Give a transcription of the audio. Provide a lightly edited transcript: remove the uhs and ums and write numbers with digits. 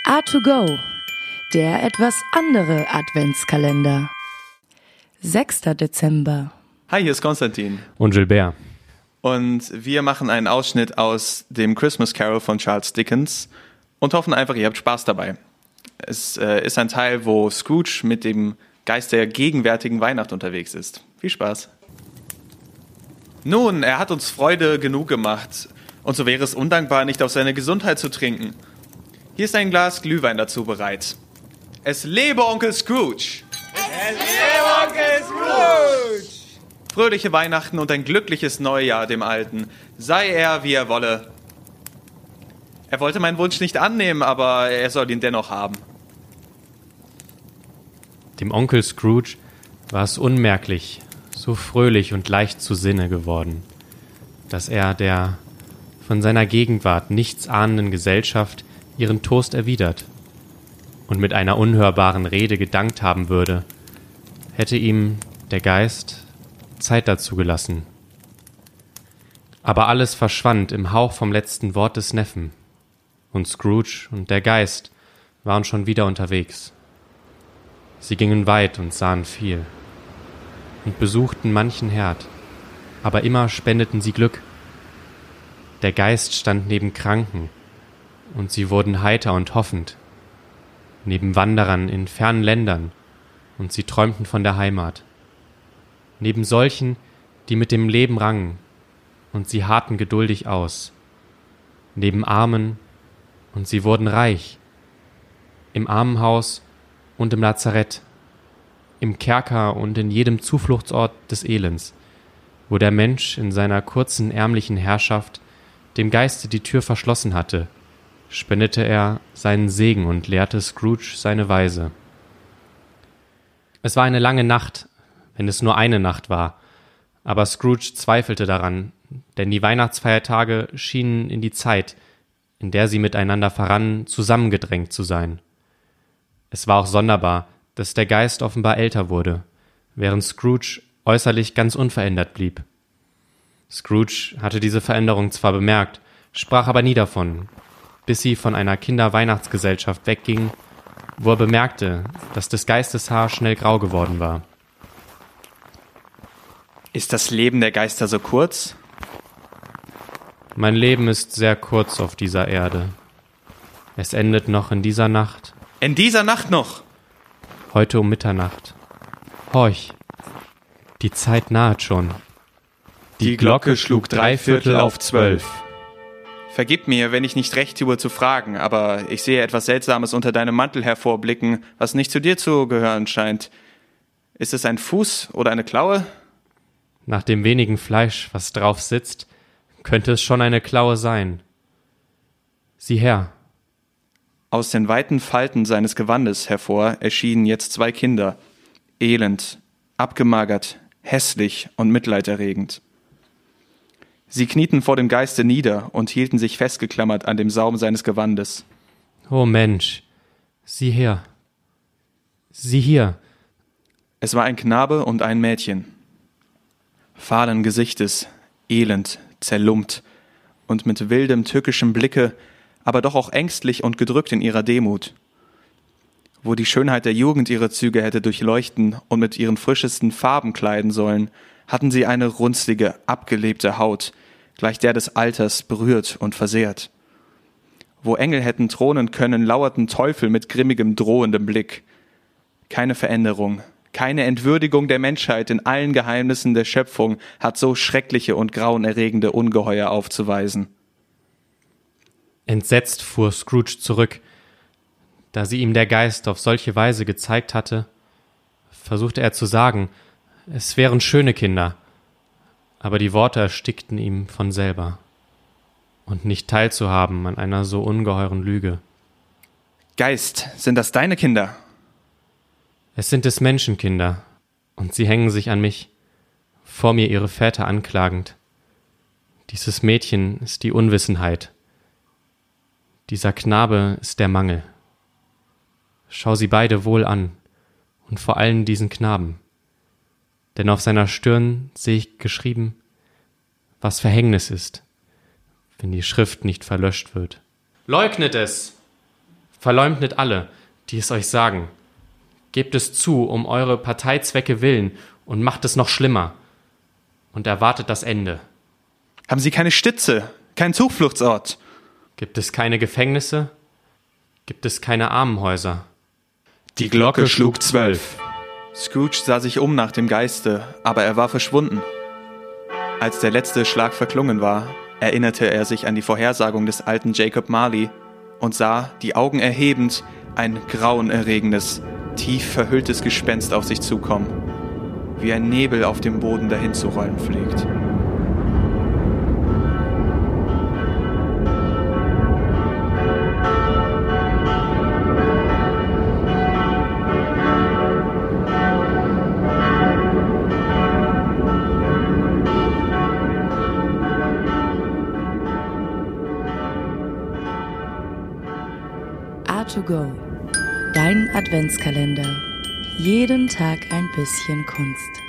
A2Go, der etwas andere Adventskalender. 6. Dezember. Hi, hier ist Konstantin. Und Gilbert. Und wir machen einen Ausschnitt aus dem Christmas Carol von Charles Dickens und hoffen einfach, ihr habt Spaß dabei. Es ist ein Teil, wo Scrooge mit dem Geist der gegenwärtigen Weihnacht unterwegs ist. Viel Spaß. Nun, er hat uns Freude genug gemacht, und so wäre es undankbar, nicht auf seine Gesundheit zu trinken. Hier ist ein Glas Glühwein dazu bereit. Es lebe Onkel Scrooge! Es lebe Onkel Scrooge! Fröhliche Weihnachten und ein glückliches Neujahr dem Alten. Sei er, wie er wolle. Er wollte meinen Wunsch nicht annehmen, aber er soll ihn dennoch haben. Dem Onkel Scrooge war es unmerklich, so fröhlich und leicht zu Sinne geworden, dass er der von seiner Gegenwart nichts ahnenden Gesellschaft ihren Toast erwidert und mit einer unhörbaren Rede gedankt haben würde, hätte ihm der Geist Zeit dazu gelassen. Aber alles verschwand im Hauch vom letzten Wort des Neffen, und Scrooge und der Geist waren schon wieder unterwegs. Sie gingen weit und sahen viel und besuchten manchen Herd, aber immer spendeten sie Glück. Der Geist stand neben Kranken, und sie wurden heiter und hoffend, neben Wanderern in fernen Ländern, und sie träumten von der Heimat, neben solchen, die mit dem Leben rangen, und sie harrten geduldig aus, neben Armen, und sie wurden reich, im Armenhaus und im Lazarett, im Kerker und in jedem Zufluchtsort des Elends, wo der Mensch in seiner kurzen ärmlichen Herrschaft dem Geiste die Tür verschlossen hatte, spendete er seinen Segen und lehrte Scrooge seine Weise. Es war eine lange Nacht, wenn es nur eine Nacht war, aber Scrooge zweifelte daran, denn die Weihnachtsfeiertage schienen in die Zeit, in der sie miteinander verrannen, zusammengedrängt zu sein. Es war auch sonderbar, dass der Geist offenbar älter wurde, während Scrooge äußerlich ganz unverändert blieb. Scrooge hatte diese Veränderung zwar bemerkt, sprach aber nie davon, bis sie von einer Kinderweihnachtsgesellschaft wegging, wo er bemerkte, dass des Geistes Haar schnell grau geworden war. Ist das Leben der Geister so kurz? Mein Leben ist sehr kurz auf dieser Erde. Es endet noch in dieser Nacht. In dieser Nacht noch? Heute um Mitternacht. Horch, die Zeit nahet schon. Die Glocke schlug 11:45. Vergib mir, wenn ich nicht recht tue zu fragen, aber ich sehe etwas Seltsames unter deinem Mantel hervorblicken, was nicht zu dir zu gehören scheint. Ist es ein Fuß oder eine Klaue? Nach dem wenigen Fleisch, was drauf sitzt, könnte es schon eine Klaue sein. Sieh her. Aus den weiten Falten seines Gewandes hervor erschienen jetzt 2 Kinder, elend, abgemagert, hässlich und mitleiderregend. Sie knieten vor dem Geiste nieder und hielten sich festgeklammert an dem Saum seines Gewandes. O Mensch, sieh her. Sieh hier. Es war ein Knabe und ein Mädchen. Fahlen Gesichtes, elend, zerlumpt und mit wildem, tückischem Blicke, aber doch auch ängstlich und gedrückt in ihrer Demut. Wo die Schönheit der Jugend ihre Züge hätte durchleuchten und mit ihren frischesten Farben kleiden sollen, hatten sie eine runzlige, abgelebte Haut, gleich der des Alters berührt und versehrt. Wo Engel hätten thronen können, lauerten Teufel mit grimmigem, drohendem Blick. Keine Veränderung, keine Entwürdigung der Menschheit in allen Geheimnissen der Schöpfung hat so schreckliche und grauenerregende Ungeheuer aufzuweisen. Entsetzt fuhr Scrooge zurück. Da sie ihm der Geist auf solche Weise gezeigt hatte, versuchte er zu sagen, es wären schöne Kinder, aber die Worte erstickten ihm von selber. Und nicht teilzuhaben an einer so ungeheuren Lüge. Geist, sind das deine Kinder? Es sind des Menschenkinder, und sie hängen sich an mich, vor mir ihre Väter anklagend. Dieses Mädchen ist die Unwissenheit. Dieser Knabe ist der Mangel. Schau sie beide wohl an, und vor allem diesen Knaben. Denn auf seiner Stirn sehe ich geschrieben, was Verhängnis ist, wenn die Schrift nicht verlöscht wird. Leugnet es! Verleumdet alle, die es euch sagen. Gebt es zu, um eure Parteizwecke willen, und macht es noch schlimmer. Und erwartet das Ende. Haben Sie keine Stütze, keinen Zufluchtsort? Gibt es keine Gefängnisse? Gibt es keine Armenhäuser? Die Glocke schlug 12. Scrooge sah sich um nach dem Geiste, aber er war verschwunden. Als der letzte Schlag verklungen war, erinnerte er sich an die Vorhersagung des alten Jacob Marley und sah, die Augen erhebend, ein grauenerregendes, tief verhülltes Gespenst auf sich zukommen, wie ein Nebel auf dem Boden dahin zu rollen pflegt. A2Go, dein Adventskalender. Jeden Tag ein bisschen Kunst.